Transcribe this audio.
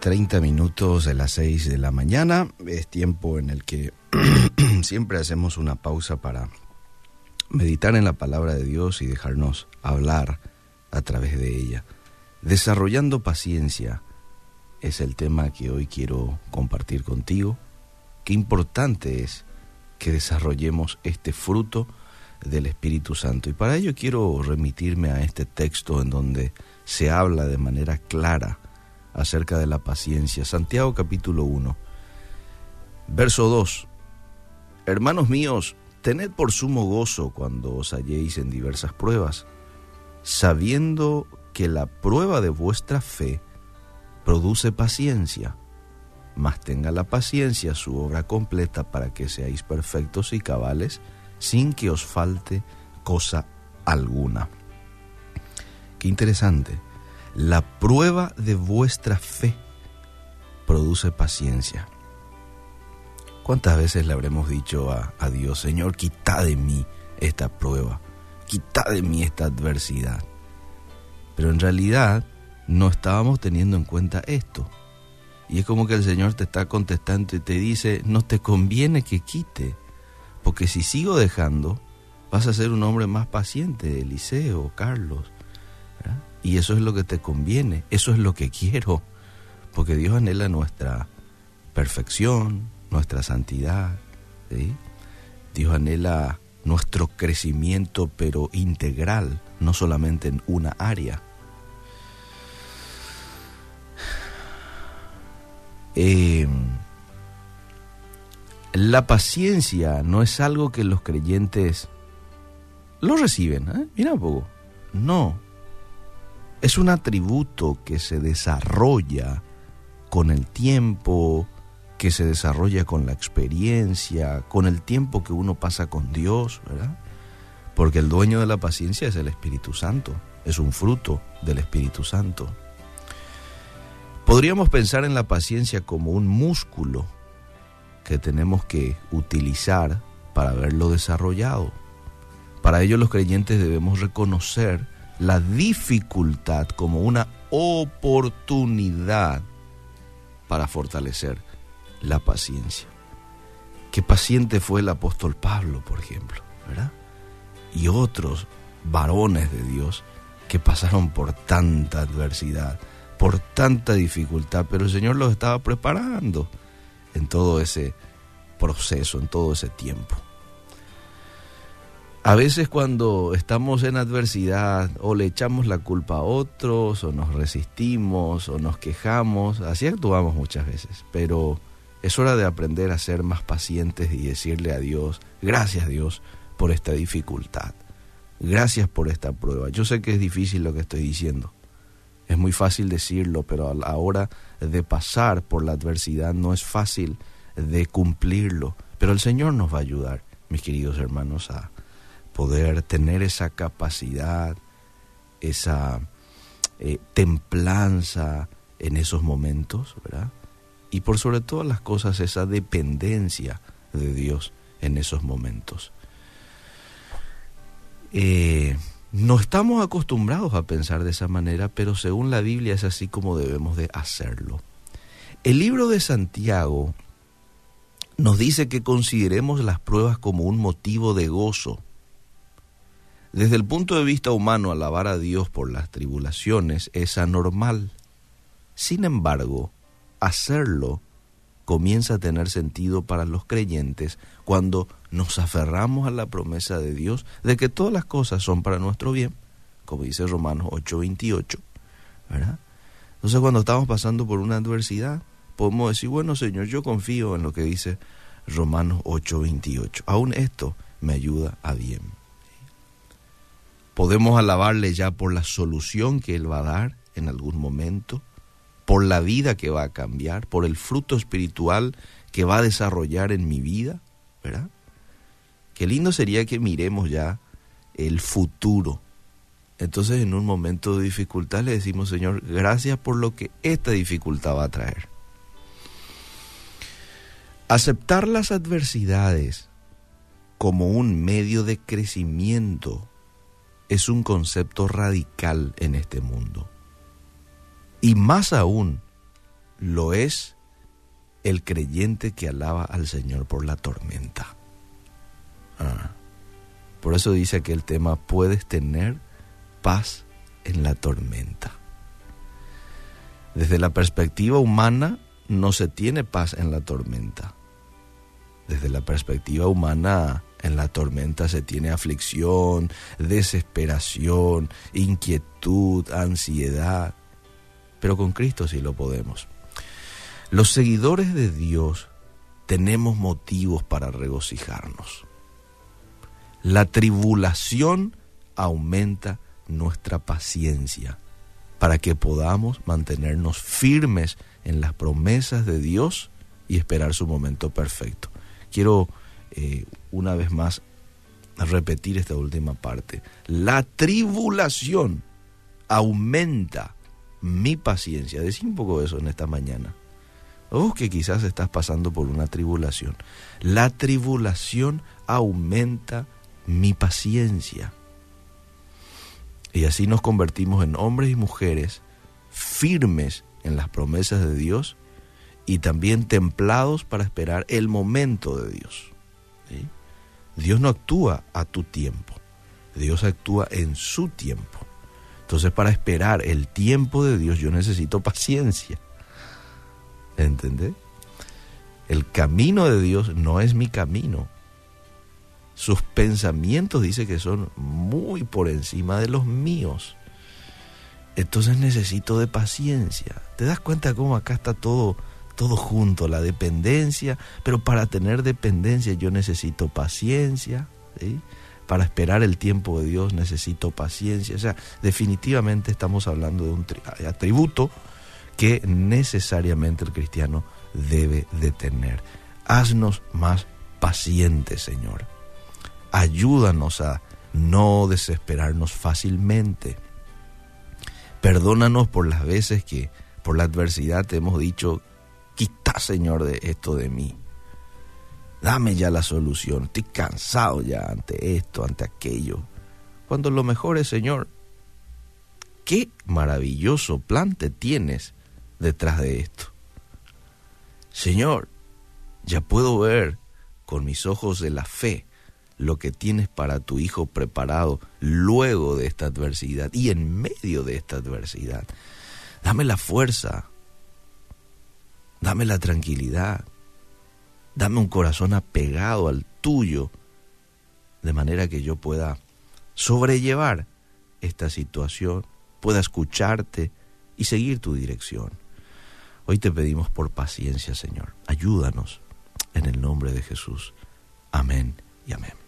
30 minutos de las 6 de la mañana. Es tiempo en el que siempre hacemos una pausa para meditar en la palabra de Dios y dejarnos hablar a través de ella. Desarrollando paciencia es el tema que hoy quiero compartir contigo. Qué importante es que desarrollemos este fruto del Espíritu Santo. Y para ello quiero remitirme a este texto en donde se habla de manera clara acerca de la paciencia. Santiago capítulo 1, verso 2. Hermanos míos, tened por sumo gozo cuando os halléis en diversas pruebas, sabiendo que la prueba de vuestra fe produce paciencia, mas tenga la paciencia su obra completa para que seáis perfectos y cabales, sin que os falte cosa alguna. Qué interesante. La prueba de vuestra fe produce paciencia. ¿Cuántas veces le habremos dicho a Dios, Señor, quita de mí esta prueba, quita de mí esta adversidad? Pero en realidad no estábamos teniendo en cuenta esto. Y es como que el Señor te está contestando y te dice, no te conviene que quite, porque si sigo dejando, vas a ser un hombre más paciente, Eliseo, Carlos, ¿verdad? Y eso es lo que te conviene, eso es lo que quiero, porque Dios anhela nuestra perfección, nuestra santidad, ¿sí? Dios anhela nuestro crecimiento, pero integral, no solamente en una área. La paciencia no es algo que los creyentes lo reciben, mira un poco, no. Es un atributo que se desarrolla con el tiempo, que se desarrolla con la experiencia, con el tiempo que uno pasa con Dios, ¿verdad? Porque el dueño de la paciencia es el Espíritu Santo, es un fruto del Espíritu Santo. Podríamos pensar en la paciencia como un músculo que tenemos que utilizar para verlo desarrollado. Para ello los creyentes debemos reconocer la dificultad como una oportunidad para fortalecer la paciencia. Qué paciente fue el apóstol Pablo, por ejemplo, ¿verdad? Y otros varones de Dios que pasaron por tanta adversidad, por tanta dificultad, pero el Señor los estaba preparando en todo ese proceso, en todo ese tiempo. A veces cuando estamos en adversidad o le echamos la culpa a otros o nos resistimos o nos quejamos, así actuamos muchas veces, pero es hora de aprender a ser más pacientes y decirle a Dios, gracias Dios por esta dificultad, gracias por esta prueba. Yo sé que es difícil lo que estoy diciendo, es muy fácil decirlo, pero a la hora de pasar por la adversidad no es fácil de cumplirlo, pero el Señor nos va a ayudar, mis queridos hermanos, a poder tener esa capacidad, esa templanza en esos momentos, ¿verdad? Y por sobre todas las cosas, esa dependencia de Dios en esos momentos. No estamos acostumbrados a pensar de esa manera, pero según la Biblia es así como debemos de hacerlo. El libro de Santiago nos dice que consideremos las pruebas como un motivo de gozo. Desde el punto de vista humano, alabar a Dios por las tribulaciones es anormal. Sin embargo, hacerlo comienza a tener sentido para los creyentes cuando nos aferramos a la promesa de Dios de que todas las cosas son para nuestro bien, como dice Romanos 8:28, ¿verdad? Entonces, cuando estamos pasando por una adversidad, podemos decir, bueno, Señor, yo confío en lo que dice Romanos 8:28. Aún esto me ayuda a bien. Podemos alabarle ya por la solución que Él va a dar en algún momento, por la vida que va a cambiar, por el fruto espiritual que va a desarrollar en mi vida, ¿verdad? Qué lindo sería que miremos ya el futuro. Entonces, en un momento de dificultad le decimos, Señor, gracias por lo que esta dificultad va a traer. Aceptar las adversidades como un medio de crecimiento es un concepto radical en este mundo. Y más aún, lo es el creyente que alaba al Señor por la tormenta. Por eso dice aquel tema, puedes tener paz en la tormenta. Desde la perspectiva humana, no se tiene paz en la tormenta. Desde la perspectiva humana, en la tormenta se tiene aflicción, desesperación, inquietud, ansiedad. Pero con Cristo sí lo podemos. Los seguidores de Dios tenemos motivos para regocijarnos. La tribulación aumenta nuestra paciencia para que podamos mantenernos firmes en las promesas de Dios y esperar su momento perfecto. Quiero una vez más repetir esta última parte. La tribulación aumenta mi paciencia. Decí un poco eso en esta mañana. Vos que quizás estás pasando por una tribulación. La tribulación aumenta mi paciencia. Y así nos convertimos en hombres y mujeres firmes en las promesas de Dios y también templados para esperar el momento de Dios. ¿Sí? Dios no actúa a tu tiempo, Dios actúa en su tiempo. Entonces, para esperar el tiempo de Dios yo necesito paciencia. ¿Entendés? El camino de Dios no es mi camino. Sus pensamientos dice que son muy por encima de los míos. Entonces necesito de paciencia. ¿Te das cuenta cómo acá está todo junto? La dependencia, pero para tener dependencia yo necesito paciencia, ¿sí? Para esperar el tiempo de Dios necesito paciencia. O sea, definitivamente estamos hablando de un atributo que necesariamente el cristiano debe de tener. Haznos más pacientes, Señor. Ayúdanos a no desesperarnos fácilmente. Perdónanos por las veces que por la adversidad te hemos dicho, quita, Señor, de esto de mí. Dame ya la solución. Estoy cansado ya ante esto, ante aquello. Cuando lo mejor es, Señor, qué maravilloso plan te tienes detrás de esto. Señor, ya puedo ver con mis ojos de la fe lo que tienes para tu hijo preparado luego de esta adversidad y en medio de esta adversidad. Dame la fuerza, dame la tranquilidad, dame un corazón apegado al tuyo, de manera que yo pueda sobrellevar esta situación, pueda escucharte y seguir tu dirección. Hoy te pedimos por paciencia, Señor. Ayúdanos en el nombre de Jesús. Amén y amén.